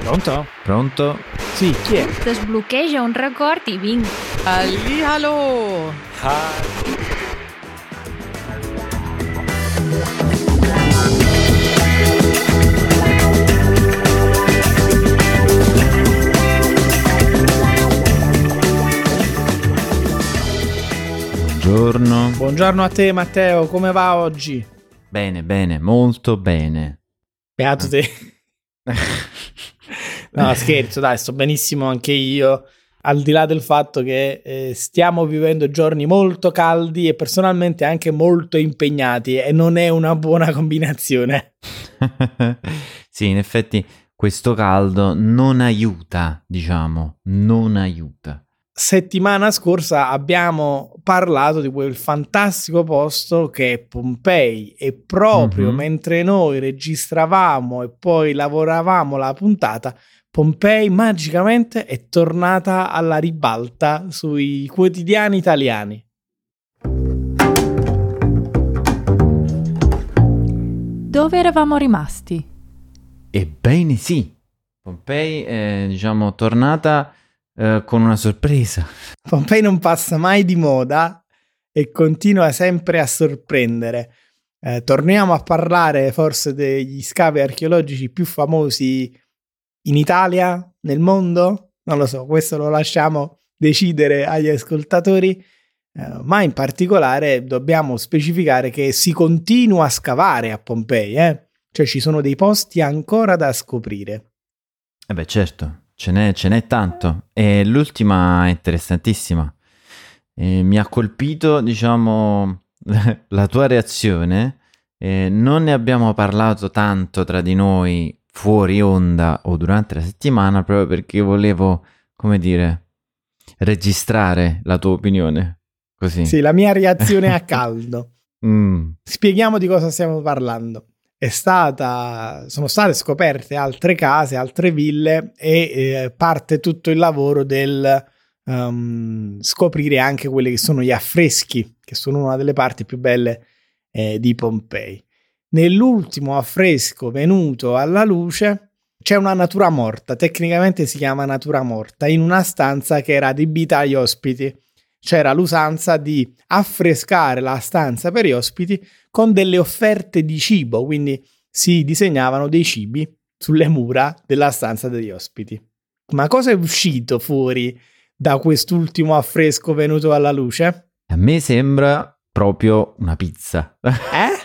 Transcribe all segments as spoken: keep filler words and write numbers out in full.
Pronto? Pronto? Sì, chi è? Desbloqueja un record i vinc. Hallihallo! Buongiorno. Buongiorno a te, Matteo, come va oggi? Bene, bene, molto bene. Beato te. No, scherzo, dai, sto benissimo anche io, al di là del fatto che eh, stiamo vivendo giorni molto caldi e personalmente anche molto impegnati, e non è una buona combinazione. Sì, in effetti questo caldo non aiuta, diciamo, non aiuta. Settimana scorsa abbiamo parlato di quel fantastico posto che è Pompei, e proprio Mm-hmm. mentre noi registravamo e poi lavoravamo la puntata, Pompei magicamente è tornata alla ribalta sui quotidiani italiani. Dove eravamo rimasti? Ebbene sì, Pompei è, diciamo, tornata eh, con una sorpresa. Pompei non passa mai di moda e continua sempre a sorprendere. Eh, torniamo a parlare forse degli scavi archeologici più famosi in Italia, nel mondo? Non lo so, questo lo lasciamo decidere agli ascoltatori, eh, ma in particolare dobbiamo specificare che si continua a scavare a Pompei, eh? Cioè ci sono dei posti ancora da scoprire. Eh beh, certo, ce n'è, ce n'è tanto. E l'ultima è interessantissima. E mi ha colpito, diciamo, la tua reazione. E non ne abbiamo parlato tanto tra di noi fuori onda o durante la settimana, proprio perché volevo, come dire, registrare la tua opinione. Così. Sì, la mia reazione a caldo. Mm. Spieghiamo di cosa stiamo parlando. È stata, sono state scoperte altre case, altre ville, e eh, parte tutto il lavoro del um, scoprire anche quelli che sono gli affreschi, che sono una delle parti più belle eh, di Pompei. Nell'ultimo affresco venuto alla luce c'è una natura morta, tecnicamente si chiama natura morta, in una stanza che era adibita agli ospiti. C'era l'usanza di affrescare la stanza per gli ospiti con delle offerte di cibo, quindi si disegnavano dei cibi sulle mura della stanza degli ospiti. Ma cosa è uscito fuori da quest'ultimo affresco venuto alla luce? A me sembra proprio una pizza. Eh?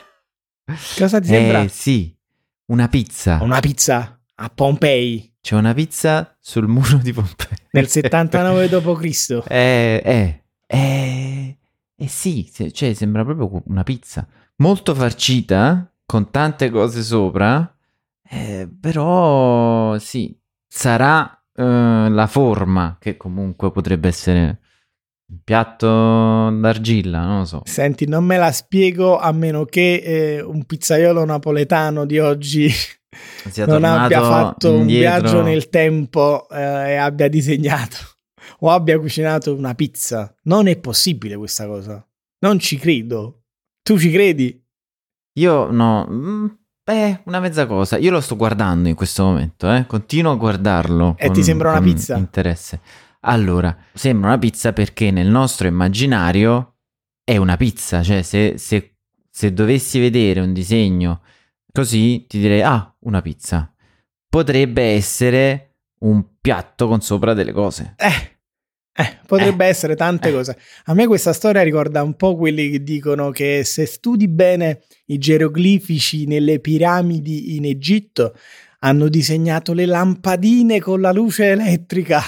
Cosa ti sembra? Eh sì, una pizza. Una pizza a Pompei. C'è una pizza sul muro di Pompei. Nel settantanove dopo Cristo Eh, eh, eh, eh sì, se- cioè sembra proprio una pizza. Molto farcita, con tante cose sopra, eh, però sì, sarà eh, la forma, che comunque potrebbe essere un piatto d'argilla, non lo so. Senti, non me la spiego a meno che eh, un pizzaiolo napoletano di oggi Sia non abbia tornato fatto un indietro. viaggio nel tempo eh, e abbia disegnato o abbia cucinato una pizza. Non è possibile questa cosa. Non ci credo. Tu ci credi? Io no, mm, beh, una mezza cosa. Io lo sto guardando in questo momento, eh. Continuo a guardarlo. E con- ti sembra una con pizza? interesse. Allora, sembra una pizza perché nel nostro immaginario è una pizza. Cioè, se, se, se dovessi vedere un disegno così, ti direi, ah, una pizza. Potrebbe essere un piatto con sopra delle cose. Eh, eh, potrebbe Eh. essere tante Eh. cose. A me questa storia ricorda un po' quelli che dicono che se studi bene i geroglifici nelle piramidi in Egitto, hanno disegnato le lampadine con la luce elettrica.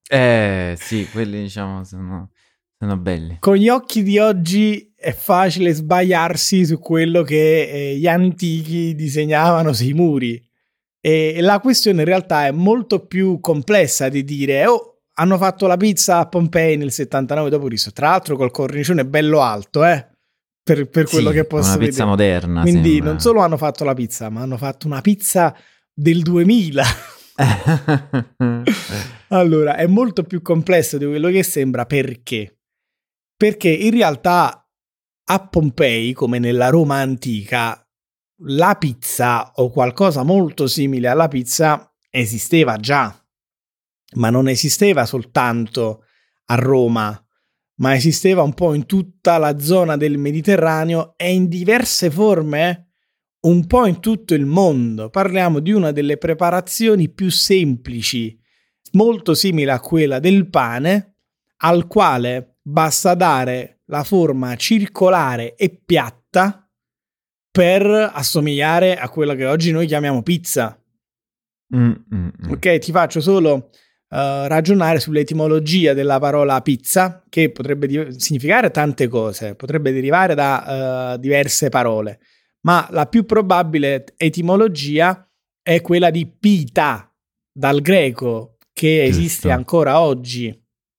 Eh, sì, quelli diciamo sono, sono belli. Con gli occhi di oggi è facile sbagliarsi su quello che eh, gli antichi disegnavano sui muri. E la questione in realtà è molto più complessa di dire, oh, hanno fatto la pizza a Pompei nel settantanove dopo Cristo, tra l'altro col cornicione bello alto, eh, per, per quello Sì, che posso una pizza vedere. moderna. Quindi sembra. non solo hanno fatto la pizza, ma hanno fatto una pizza del duemila. Allora, è molto più complesso di quello che sembra. Perché? Perché in realtà a Pompei, come nella Roma antica, la pizza o qualcosa molto simile alla pizza esisteva già, ma non esisteva soltanto a Roma, ma esisteva un po' in tutta la zona del Mediterraneo e in diverse forme un po' in tutto il mondo. Parliamo di una delle preparazioni più semplici, molto simile a quella del pane, al quale basta dare la forma circolare e piatta per assomigliare a quella che oggi noi chiamiamo pizza. Mm, mm, mm. Ok, ti faccio solo Uh, ragionare sull'etimologia della parola pizza, che potrebbe di- significare tante cose, potrebbe derivare da uh, diverse parole, ma la più probabile etimologia è quella di pita, dal greco, che esiste Giusto. ancora oggi.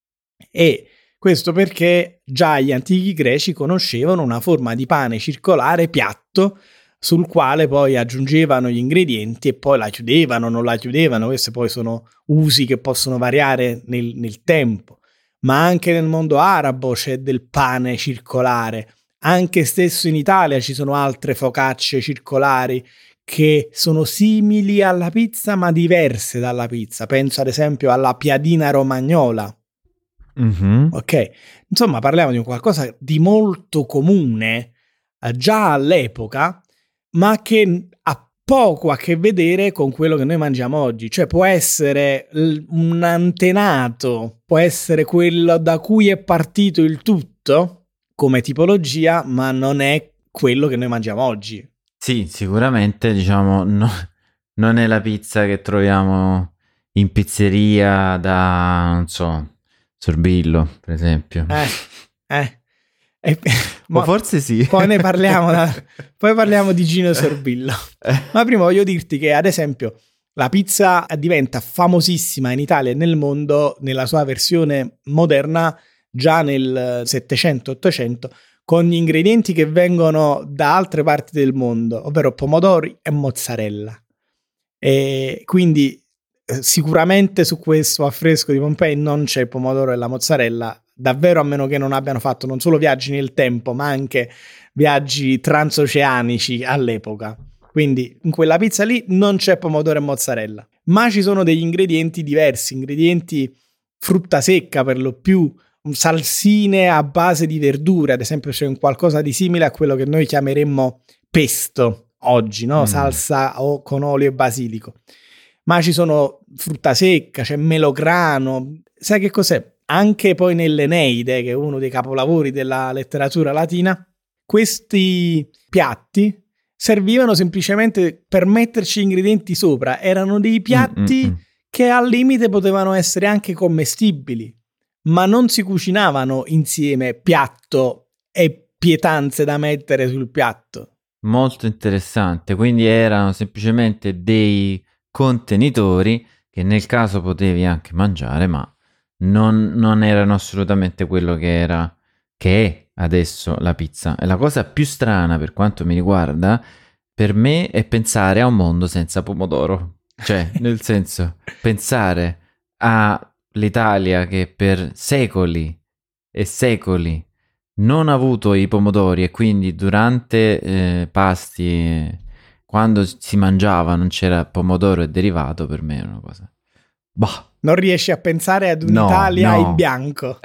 E questo perché già gli antichi greci conoscevano una forma di pane circolare piatto sul quale poi aggiungevano gli ingredienti e poi la chiudevano, non la chiudevano. Questi poi sono usi che possono variare nel, nel tempo. Ma anche nel mondo arabo c'è del pane circolare. Anche stesso in Italia ci sono altre focacce circolari che sono simili alla pizza ma diverse dalla pizza. Penso ad esempio alla piadina romagnola. Mm-hmm. Ok, insomma parliamo di un qualcosa di molto comune eh, già all'epoca, ma che ha poco a che vedere con quello che noi mangiamo oggi. Cioè può essere l- un antenato, può essere quello da cui è partito il tutto come tipologia, ma non è quello che noi mangiamo oggi. Sì, sicuramente, diciamo, no, non è la pizza che troviamo in pizzeria da, non so, Sorbillo, per esempio. Eh, eh. E, o forse sì. Poi ne parliamo, da, poi parliamo di Gino Sorbillo. Ma prima voglio dirti che, ad esempio, la pizza diventa famosissima in Italia e nel mondo nella sua versione moderna già nel settecento ottocento con gli ingredienti che vengono da altre parti del mondo, ovvero pomodori e mozzarella. E quindi eh, sicuramente su questo affresco di Pompei non c'è il pomodoro e la mozzarella, davvero, a meno che non abbiano fatto non solo viaggi nel tempo, ma anche viaggi transoceanici all'epoca. Quindi in quella pizza lì non c'è pomodoro e mozzarella, ma ci sono degli ingredienti diversi, ingredienti frutta secca per lo più, salsine a base di verdure, ad esempio c'è un qualcosa di simile a quello che noi chiameremmo pesto oggi, no? Mm. Salsa o con olio e basilico. Ma ci sono frutta secca, c'è melograno, sai che cos'è? Anche poi nell'Eneide, che è uno dei capolavori della letteratura latina, questi piatti servivano semplicemente per metterci ingredienti sopra. Erano dei piatti Mm-mm. che al limite potevano essere anche commestibili, ma non si cucinavano insieme piatto e pietanze da mettere sul piatto. Molto interessante, quindi erano semplicemente dei contenitori che nel caso potevi anche mangiare, ma Non, non erano assolutamente quello che era, che è adesso la pizza. E la cosa più strana per quanto mi riguarda, per me, è pensare a un mondo senza pomodoro. Cioè, nel senso, pensare all'Italia che per secoli e secoli non ha avuto i pomodori e quindi durante eh, pasti, quando si mangiava non c'era pomodoro e derivato, per me è una cosa... Bah. Non riesci a pensare ad un'Italia no, no. in bianco.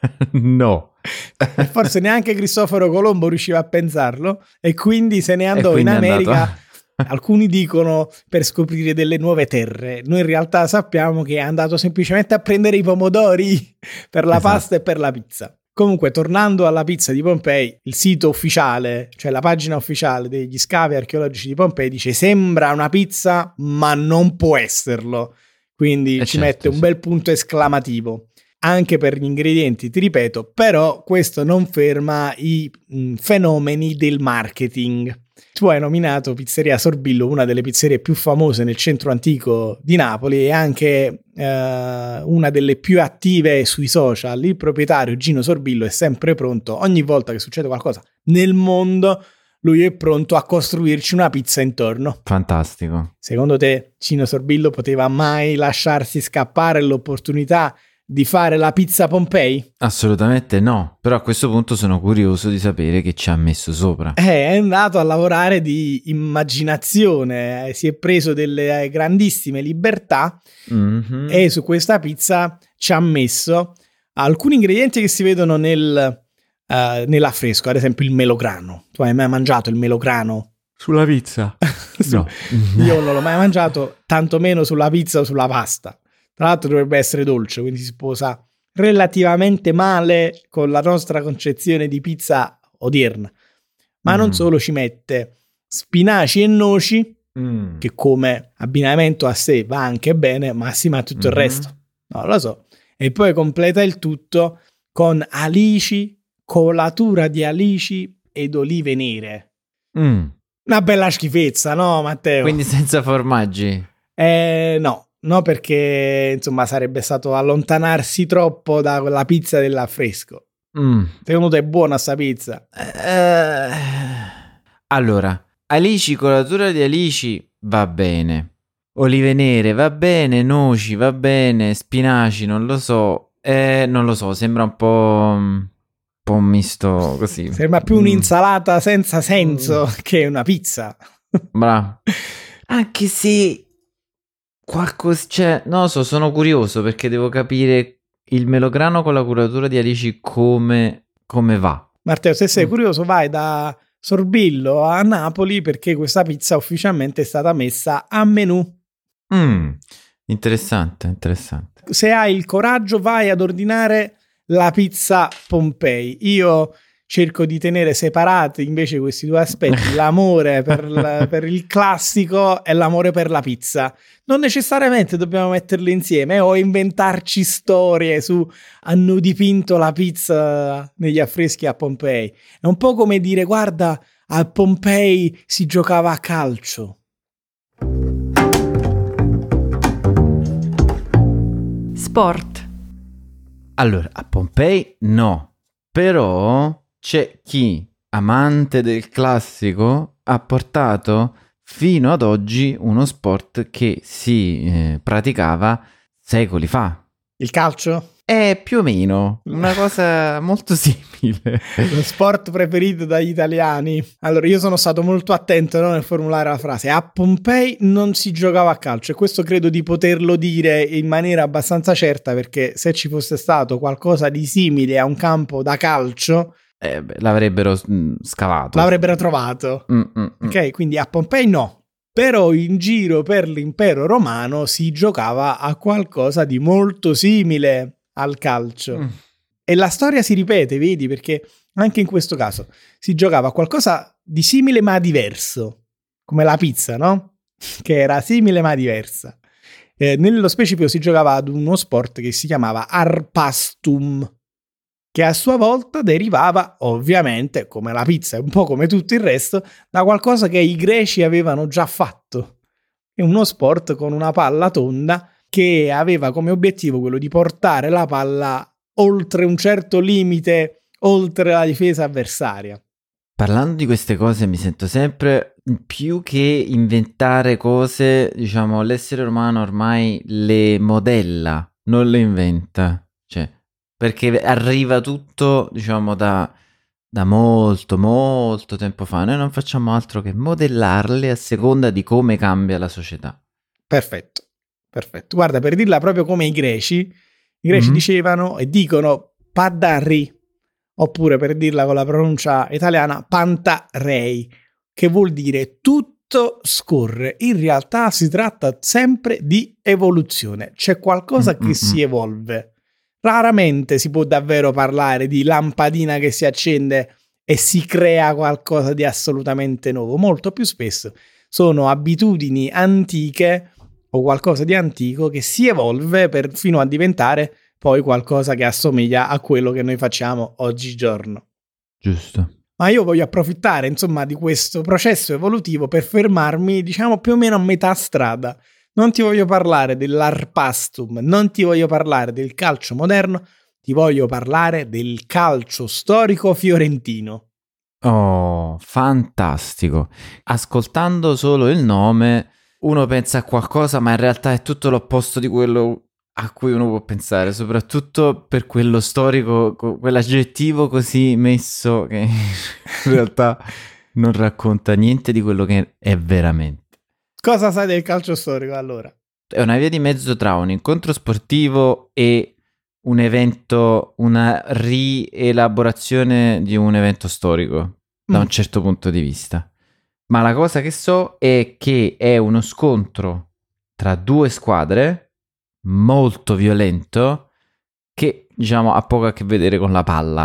No. Forse neanche Cristoforo Colombo riusciva a pensarlo e quindi se ne andò in America. Andato... Alcuni dicono per scoprire delle nuove terre. Noi in realtà sappiamo che è andato semplicemente a prendere i pomodori per la esatto. pasta e per la pizza. Comunque, tornando alla pizza di Pompei, il sito ufficiale, cioè la pagina ufficiale degli scavi archeologici di Pompei, dice sembra una pizza ma non può esserlo. Quindi eh ci certo, mette un sì. bel punto esclamativo anche per gli ingredienti, ti ripeto, però questo non ferma i mh, fenomeni del marketing. Tu hai nominato Pizzeria Sorbillo, una delle pizzerie più famose nel centro antico di Napoli e anche eh, una delle più attive sui social. Il proprietario Gino Sorbillo è sempre pronto, ogni volta che succede qualcosa nel mondo, lui è pronto a costruirci una pizza intorno. Fantastico. Secondo te Gino Sorbillo poteva mai lasciarsi scappare l'opportunità di fare la pizza Pompei? Assolutamente no, però a questo punto sono curioso di sapere che ci ha messo sopra. Eh, è andato a lavorare di immaginazione, eh, si è preso delle grandissime libertà Mm-hmm. e su questa pizza ci ha messo alcuni ingredienti che si vedono nel, uh, nell'affresco, ad esempio il melograno. Tu hai mai mangiato il melograno? Sulla pizza? No. Io non l'ho mai mangiato, tantomeno sulla pizza o sulla pasta. Tra l'altro dovrebbe essere dolce, quindi si sposa relativamente male con la nostra concezione di pizza odierna. Ma mm. non solo, ci mette spinaci e noci, mm. che come abbinamento a sé va anche bene, ma si ma tutto mm-hmm. il resto. Non lo so. E poi completa il tutto con alici, colatura di alici ed olive nere. Mm. Una bella schifezza, no, Matteo? Quindi senza formaggi? Eh, no. No, perché insomma sarebbe stato allontanarsi troppo da quella pizza dell'affresco. Mm. Secondo te è buona sta pizza? Eh, allora, alici, colatura di alici va bene, olive nere va bene, noci va bene, spinaci non lo so, eh, non lo so, sembra un po', un po' misto così. Sembra più mm. un'insalata senza senso mm. che una pizza. Bravo. Anche se... Qualcosa, cioè, non lo so, sono curioso perché devo capire il melograno con la colatura di alici come, come va. Matteo, se sei mm. curioso vai da Sorbillo a Napoli perché questa pizza ufficialmente è stata messa a menù. Mm. Interessante, interessante. Se hai il coraggio vai ad ordinare la pizza Pompei. Io cerco di tenere separati invece questi due aspetti, l'amore per, la, per il classico e l'amore per la pizza. Non necessariamente dobbiamo metterle insieme o inventarci storie su hanno dipinto la pizza negli affreschi a Pompei. È un po' come dire guarda, a Pompei si giocava a calcio. Sport. Allora, a Pompei no, però... C'è chi, amante del classico, ha portato fino ad oggi uno sport che si eh, praticava secoli fa. Il calcio? È più o meno una cosa molto simile. Lo sport preferito dagli italiani. Allora, io sono stato molto attento, no, nel formulare la frase. A Pompei non si giocava a calcio e questo credo di poterlo dire in maniera abbastanza certa perché se ci fosse stato qualcosa di simile a un campo da calcio... Eh beh, l'avrebbero mh, scavato. L'avrebbero trovato. Mm, mm, ok, quindi a Pompei no. Però in giro per l'impero romano si giocava a qualcosa di molto simile al calcio. Mm. E la storia si ripete, vedi, perché anche in questo caso si giocava a qualcosa di simile ma diverso. Come la pizza, no? Che era simile ma diversa. Eh, nello specifico si giocava ad uno sport che si chiamava arpastum, che a sua volta derivava, ovviamente, come la pizza e un po' come tutto il resto, da qualcosa che i greci avevano già fatto. È uno sport con una palla tonda che aveva come obiettivo quello di portare la palla oltre un certo limite, oltre la difesa avversaria. Parlando di queste cose mi sento sempre più che inventare cose, diciamo, l'essere umano ormai le modella, non le inventa, cioè... Perché arriva tutto, diciamo, da, da molto, molto tempo fa. Noi non facciamo altro che modellarle a seconda di come cambia la società. Perfetto, perfetto. Guarda, per dirla proprio come i greci, i greci mm-hmm. dicevano e dicono padarri, oppure per dirla con la pronuncia italiana, pantarei, che vuol dire tutto scorre. In realtà si tratta sempre di evoluzione. C'è qualcosa mm-hmm. che si evolve. Raramente si può davvero parlare di lampadina che si accende e si crea qualcosa di assolutamente nuovo. Molto più spesso sono abitudini antiche o qualcosa di antico che si evolve per, fino a diventare poi qualcosa che assomiglia a quello che noi facciamo oggigiorno. Giusto. Ma io voglio approfittare, insomma, di questo processo evolutivo per fermarmi, diciamo, più o meno a metà strada. Non ti voglio parlare dell'arpastum, non ti voglio parlare del calcio moderno, ti voglio parlare del calcio storico fiorentino. Oh, fantastico. Ascoltando solo il nome, uno pensa a qualcosa, ma in realtà è tutto l'opposto di quello a cui uno può pensare, soprattutto per quello storico, quell'aggettivo così messo che in realtà non racconta niente di quello che è veramente. Cosa sai del calcio storico allora? È una via di mezzo tra un incontro sportivo e un evento, una rielaborazione di un evento storico, da un certo punto di vista. Ma la cosa che so è che è uno scontro tra due squadre molto violento che, diciamo, ha poco a che vedere con la palla.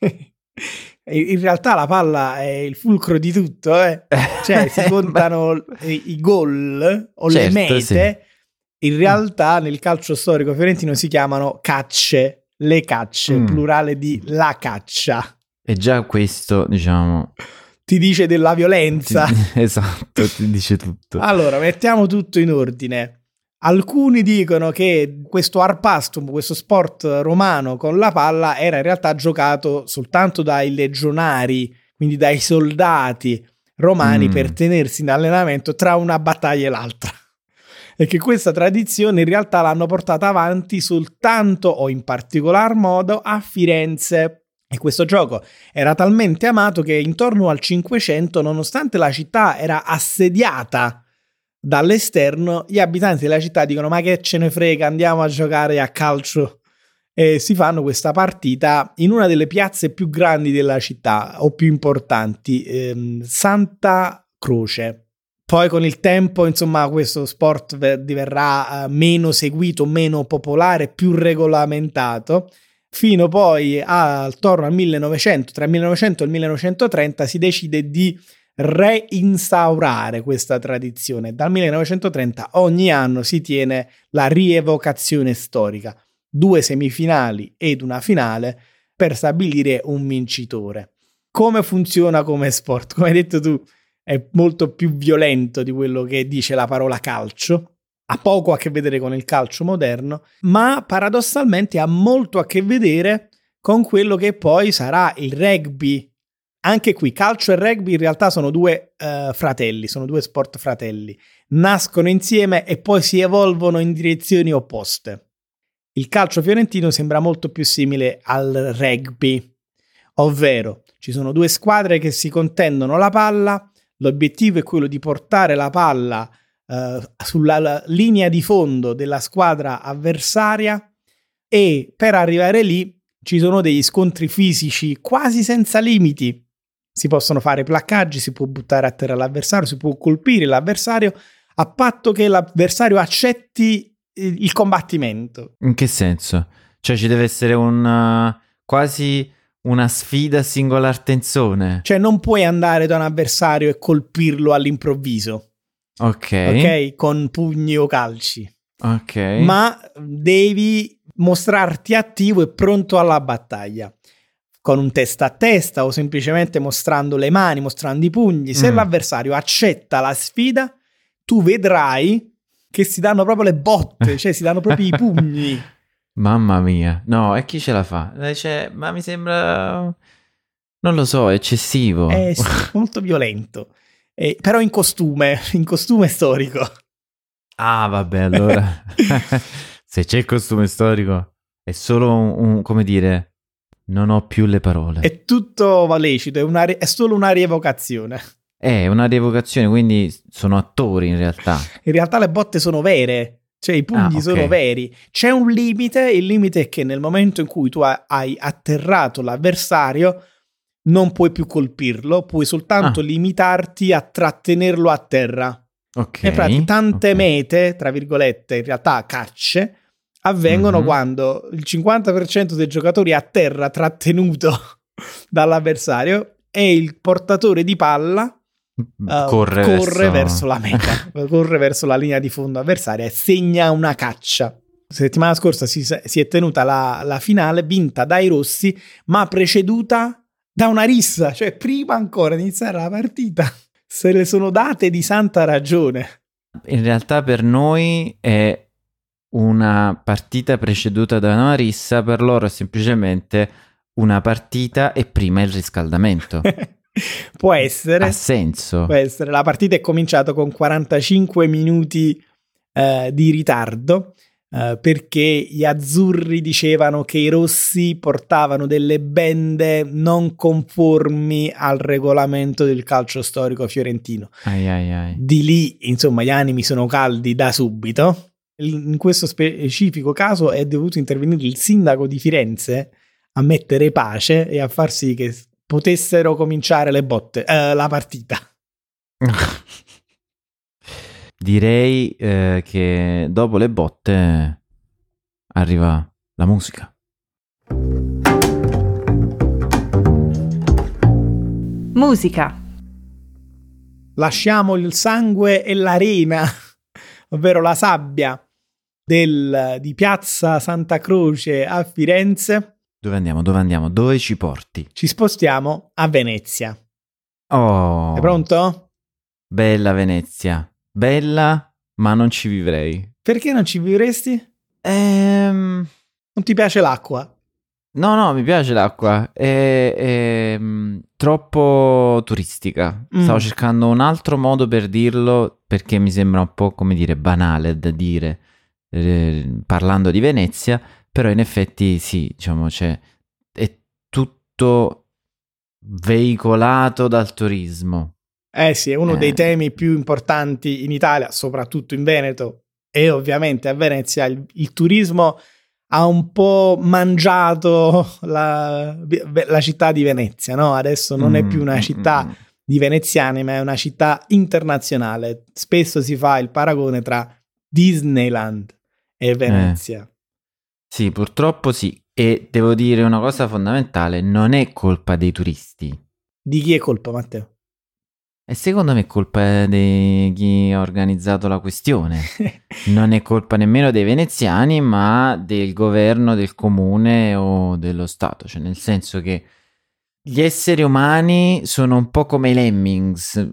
In realtà la palla è il fulcro di tutto, eh? Cioè si contano i, i gol o certo, le mete. Sì. In realtà nel calcio storico fiorentino si chiamano cacce, le cacce, mm. plurale di la caccia. E già questo, diciamo... ti dice della violenza. Ti, esatto, ti dice tutto. Allora, mettiamo tutto in ordine. Alcuni dicono che questo arpastum, questo sport romano con la palla, era in realtà giocato soltanto dai legionari, quindi dai soldati romani, mm. per tenersi in allenamento tra una battaglia e l'altra. E che questa tradizione in realtà l'hanno portata avanti soltanto o in particolar modo a Firenze. E questo gioco era talmente amato che intorno al Cinquecento, nonostante la città era assediata dall'esterno, gli abitanti della città dicono: ma che ce ne frega, andiamo a giocare a calcio, e si fanno questa partita in una delle piazze più grandi della città o più importanti, ehm, Santa Croce. Poi con il tempo, insomma, questo sport diverrà uh, meno seguito, meno popolare, più regolamentato, fino poi a, attorno al millenovecento, tra il millenovecento e il millenovecentotrenta si decide di reinstaurare questa tradizione. Dal millenovecentotrenta ogni anno si tiene la rievocazione storica, due semifinali ed una finale per stabilire un vincitore. Come funziona come sport? Come hai detto tu, è molto più violento di quello che dice la parola calcio, ha poco a che vedere con il calcio moderno, ma paradossalmente ha molto a che vedere con quello che poi sarà il rugby. Anche qui calcio e rugby in realtà sono due uh, fratelli, sono due sport fratelli, nascono insieme e poi si evolvono in direzioni opposte. Il calcio fiorentino sembra molto più simile al rugby, ovvero ci sono due squadre che si contendono la palla, l'obiettivo è quello di portare la palla uh, sulla linea di fondo della squadra avversaria, e per arrivare lì ci sono degli scontri fisici quasi senza limiti. Si possono fare placcaggi, si può buttare a terra l'avversario, si può colpire l'avversario, a patto che l'avversario accetti il combattimento. In che senso? Cioè ci deve essere un uh, quasi una sfida a singolar tenzone. Cioè non puoi andare da un avversario e colpirlo all'improvviso. Ok. Ok? Con pugni o calci. Ok. Ma devi mostrarti attivo e pronto alla battaglia. Con un testa a testa o semplicemente mostrando le mani, mostrando i pugni. Se mm. l'avversario accetta la sfida, tu vedrai che si danno proprio le botte, cioè si danno proprio i pugni. Mamma mia. No, e chi ce la fa? Cioè, ma mi sembra, non lo so, eccessivo. È molto violento. Eh, però in costume, in costume storico. Ah, vabbè, allora. Se c'è il costume storico, è solo un, un, come dire, non ho più le parole. È tutto lecito, è, una, è solo una rievocazione. È una rievocazione, quindi sono attori in realtà. In realtà le botte sono vere. Cioè i pugni ah, okay. sono veri. C'è un limite, il limite è che nel momento in cui tu hai atterrato l'avversario non puoi più colpirlo, puoi soltanto ah. limitarti a trattenerlo a terra. Ok. E infatti tante okay. mete, tra virgolette, in realtà cacce, avvengono mm-hmm. quando il cinquanta per cento dei giocatori è a terra trattenuto dall'avversario e il portatore di palla Uh, corre, corre verso... verso la meta, corre verso la linea di fondo avversaria e segna una caccia. Settimana scorsa si, si è tenuta la, la finale vinta dai rossi, ma preceduta da una rissa, cioè prima ancora di iniziare la partita se le sono date di santa ragione. In realtà per noi è una partita preceduta da una rissa, per loro è semplicemente una partita e prima il riscaldamento. Può essere. Ha senso. Può essere. La partita è cominciata con quarantacinque minuti eh, di ritardo. uh, perché gli azzurri dicevano che i rossi portavano delle bende non conformi al regolamento del calcio storico fiorentino. Ai ai ai. Di lì, insomma, gli animi sono caldi da subito. In questo specifico caso è dovuto intervenire il sindaco di Firenze a mettere pace e a far sì che potessero cominciare le botte, eh, la partita. Direi eh, che dopo le botte arriva la musica. Musica. Lasciamo il sangue e l'arena, ovvero la sabbia del, di Piazza Santa Croce a Firenze. Dove andiamo? Dove andiamo? Dove ci porti? Ci spostiamo a Venezia. Oh, Sei pronto? Bella Venezia. Bella, ma non ci vivrei. Perché non ci vivresti? Ehm... Non ti piace l'acqua? No, no, mi piace l'acqua. È, è mh, troppo turistica. Mm. Stavo cercando un altro modo per dirlo perché mi sembra un po', come dire, banale da dire eh, parlando di Venezia, però in effetti sì, diciamo, c'è, è tutto veicolato dal turismo. Eh sì, è uno Eh. dei temi più importanti in Italia, soprattutto in Veneto e ovviamente a Venezia. Il, il turismo ha un po' mangiato la, la città di Venezia, no? Adesso non è più una Mm, città mm, mm. di veneziani, ma è una città internazionale. Spesso si fa il paragone tra Disneyland e Venezia. Sì, purtroppo sì. E devo dire una cosa fondamentale, non è colpa dei turisti. Di chi è colpa, Matteo? E secondo me è colpa di chi ha organizzato la questione. Non è colpa nemmeno dei veneziani, ma del governo, del comune o dello Stato. Cioè, nel senso che gli esseri umani sono un po' come i lemmings.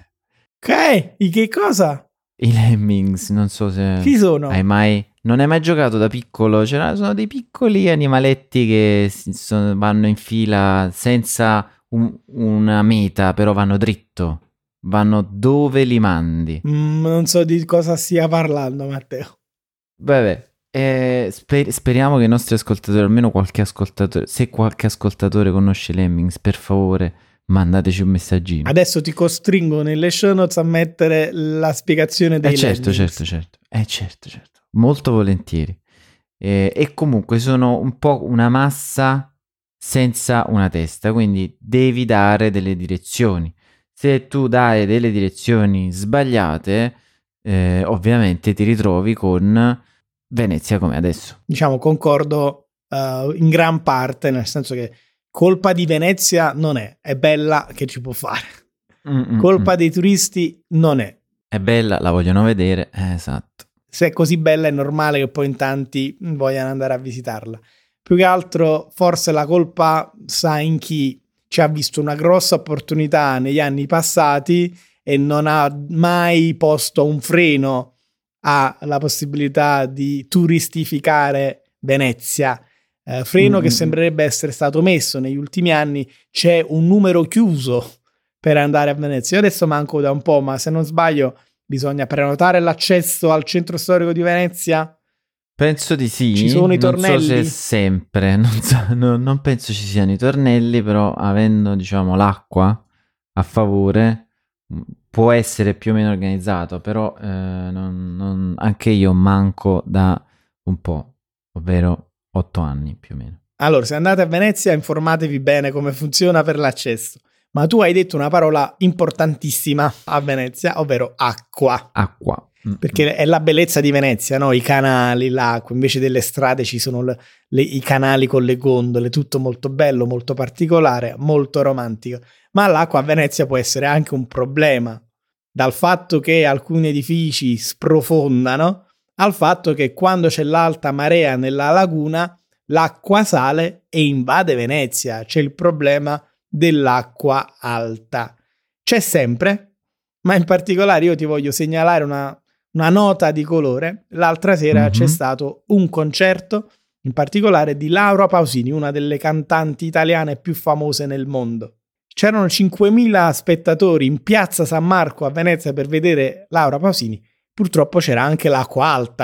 Ok, i che cosa? I lemmings, non so se... Chi sono? Hai mai... Non hai mai giocato da piccolo? C'era, sono dei piccoli animaletti che si- sono- vanno in fila senza un- una meta, però vanno dritto. Vanno dove li mandi. Mm, non so di cosa stia parlando, Matteo. Vabbè, eh, sper- speriamo che i nostri ascoltatori, almeno qualche ascoltatore, se qualche ascoltatore conosce Lemmings, per favore mandateci un messaggino. Adesso ti costringo nelle show notes a mettere la spiegazione dei Eh certo, Lemmings. certo, certo. Eh certo, certo. Molto volentieri. Eh, e comunque sono un po' una massa senza una testa, quindi devi dare delle direzioni. Se tu dai delle direzioni sbagliate, eh, ovviamente ti ritrovi con Venezia come adesso. Diciamo, concordo uh, in gran parte, nel senso che colpa di Venezia non è, è bella che ci può fare. Mm-mm-mm. Colpa dei turisti non è. È bella, la vogliono vedere, eh, esatto. Se è così bella è normale che poi in tanti vogliano andare a visitarla. Più che altro forse la colpa sta in chi ci ha visto una grossa opportunità negli anni passati e non ha mai posto un freno alla possibilità di turistificare Venezia. Eh, freno Mm-hmm. che sembrerebbe essere stato messo negli ultimi anni. C'è un numero chiuso per andare a Venezia. Io adesso manco da un po', ma se non sbaglio bisogna prenotare l'accesso al centro storico di Venezia. Penso di sì. Ci sono i tornelli? Non so se sempre, non, so, no, non penso ci siano i tornelli, però avendo, diciamo, l'acqua a favore può essere più o meno organizzato, però eh, non, non, anche io manco da un po', ovvero otto anni più o meno. Allora, se andate a Venezia informatevi bene come funziona per l'accesso. Ma tu hai detto una parola importantissima a Venezia, ovvero acqua. Acqua. Perché è la bellezza di Venezia, no? I canali, l'acqua, invece delle strade ci sono le, le, i canali con le gondole, tutto molto bello, molto particolare, molto romantico. Ma l'acqua a Venezia può essere anche un problema, dal fatto che alcuni edifici sprofondano, al fatto che quando c'è l'alta marea nella laguna, l'acqua sale e invade Venezia. C'è il problema dell'acqua alta. C'è sempre, ma in particolare io ti voglio segnalare una... una nota di colore. L'altra sera mm-hmm. c'è stato un concerto, in particolare di Laura Pausini, una delle cantanti italiane più famose nel mondo. C'erano cinquemila spettatori in piazza San Marco a Venezia per vedere Laura Pausini. Purtroppo c'era anche l'acqua alta,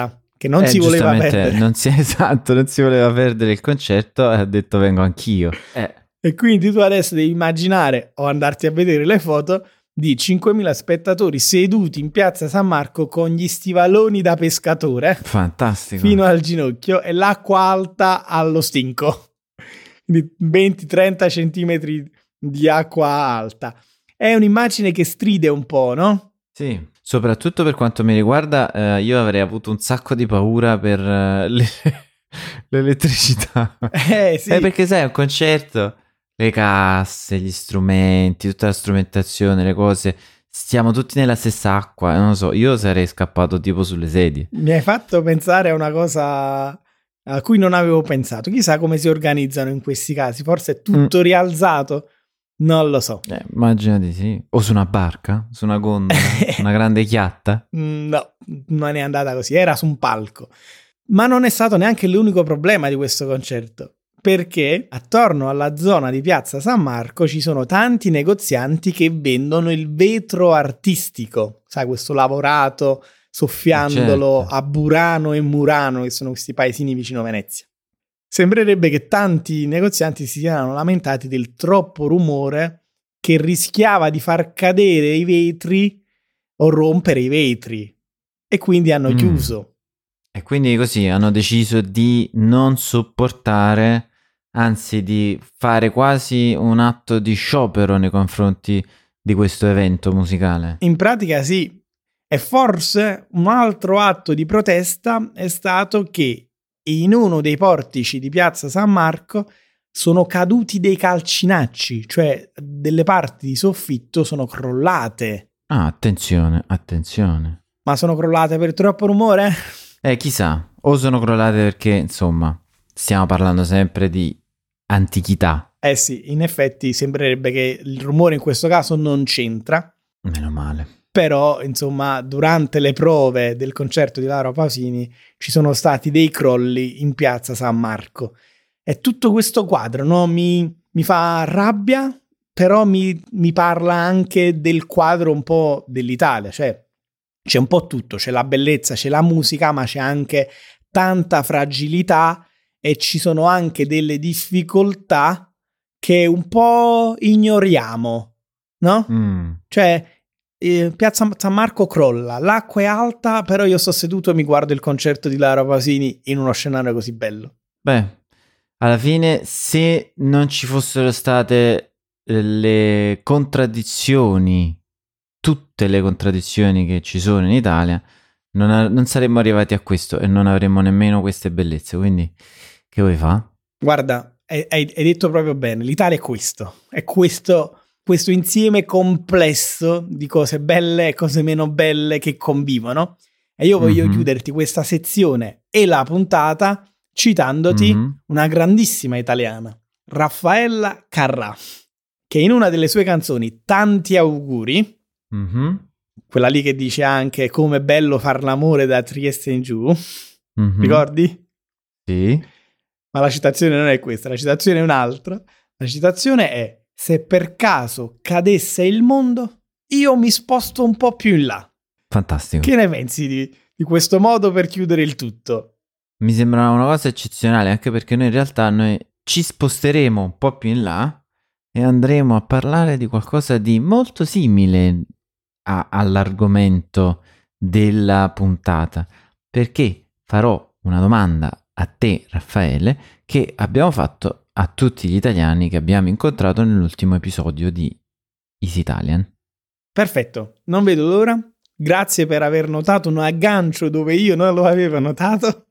che non eh, si voleva perdere. Non si, esatto, non si voleva perdere il concerto e ha detto vengo anch'io. Eh. E quindi tu adesso devi immaginare o andarti a vedere le foto di cinquemila spettatori seduti in piazza San Marco con gli stivaloni da pescatore. Fantastico. Fino al ginocchio e l'acqua alta allo stinco. Quindi venti trenta centimetri di acqua alta. È un'immagine che stride un po', no? Sì, soprattutto per quanto mi riguarda, eh, io avrei avuto un sacco di paura per eh, le, l'elettricità. Eh sì. Eh, perché sai, è un concerto, le casse, gli strumenti, tutta la strumentazione, le cose, stiamo tutti nella stessa acqua, non lo so, io sarei scappato tipo sulle sedie. Mi hai fatto pensare a una cosa a cui non avevo pensato. Chissà come si organizzano in questi casi, forse è tutto mm. rialzato, non lo so. Eh, immagino di sì. O su una barca, su una gondola, una grande chiatta. No, non è andata così, era su un palco. Ma non è stato neanche l'unico problema di questo concerto, perché attorno alla zona di Piazza San Marco ci sono tanti negozianti che vendono il vetro artistico, sai, questo lavorato soffiandolo certo. a Burano e Murano, che sono questi paesini vicino Venezia. Sembrerebbe che tanti negozianti si siano lamentati del troppo rumore che rischiava di far cadere i vetri o rompere i vetri, e quindi hanno mm. chiuso. E quindi così hanno deciso di non sopportare, anzi di fare quasi un atto di sciopero nei confronti di questo evento musicale. In pratica sì, e forse un altro atto di protesta è stato che in uno dei portici di Piazza San Marco sono caduti dei calcinacci, cioè delle parti di soffitto sono crollate. Ah, attenzione, attenzione. Ma sono crollate per troppo rumore? Eh, chissà, o sono crollate perché, insomma, stiamo parlando sempre di antichità. Eh sì, in effetti sembrerebbe che il rumore in questo caso non c'entra. Meno male. Però, insomma, durante le prove del concerto di Laura Pausini ci sono stati dei crolli in Piazza San Marco. E tutto questo quadro, no, mi, mi fa rabbia, però mi, mi parla anche del quadro un po' dell'Italia, cioè c'è un po' tutto, c'è la bellezza, c'è la musica, ma c'è anche tanta fragilità e ci sono anche delle difficoltà che un po' ignoriamo, no? Mm. Cioè, eh, Piazza San Marco crolla, l'acqua è alta, però io sto seduto e mi guardo il concerto di Laura Pausini in uno scenario così bello. Beh, alla fine, se non ci fossero state le contraddizioni, tutte le contraddizioni che ci sono in Italia, non, a- non saremmo arrivati a questo e non avremmo nemmeno queste bellezze. Quindi, che vuoi fa? Guarda, hai, hai detto proprio bene, l'Italia è questo, è questo, questo insieme complesso di cose belle e cose meno belle che convivono. E io voglio mm-hmm. chiuderti questa sezione e la puntata citandoti mm-hmm. una grandissima italiana, Raffaella Carrà, che in una delle sue canzoni Tanti auguri, mm-hmm. quella lì che dice anche come è bello far l'amore da Trieste in giù, mm-hmm. ricordi? Sì. Ma la citazione non è questa, la citazione è un'altra. La citazione è: se per caso cadesse il mondo, io mi sposto un po' più in là. Fantastico. Che ne pensi di, di questo modo per chiudere il tutto? Mi sembra una cosa eccezionale, anche perché noi in realtà noi ci sposteremo un po' più in là e andremo a parlare di qualcosa di molto simile a, all'argomento della puntata, perché farò una domanda a te, Raffaele, che abbiamo fatto a tutti gli italiani che abbiamo incontrato nell'ultimo episodio di Easy Italian. Perfetto, non vedo l'ora. Grazie per aver notato un aggancio dove io non lo avevo notato.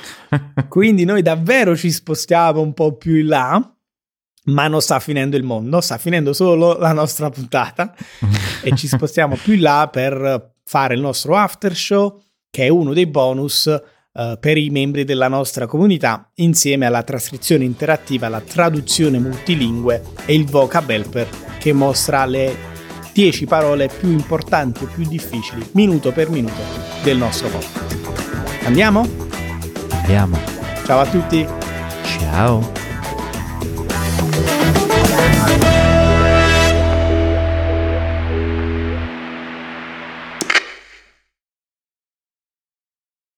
Quindi noi davvero ci spostiamo un po' più in là, ma non sta finendo il mondo, sta finendo solo la nostra puntata e ci spostiamo più in là per fare il nostro after show, che è uno dei bonus uh, per i membri della nostra comunità, insieme alla trascrizione interattiva, la traduzione multilingue e il vocab helper che mostra le dieci parole più importanti e più difficili minuto per minuto del nostro podcast. Andiamo? Andiamo. Ciao a tutti. Ciao.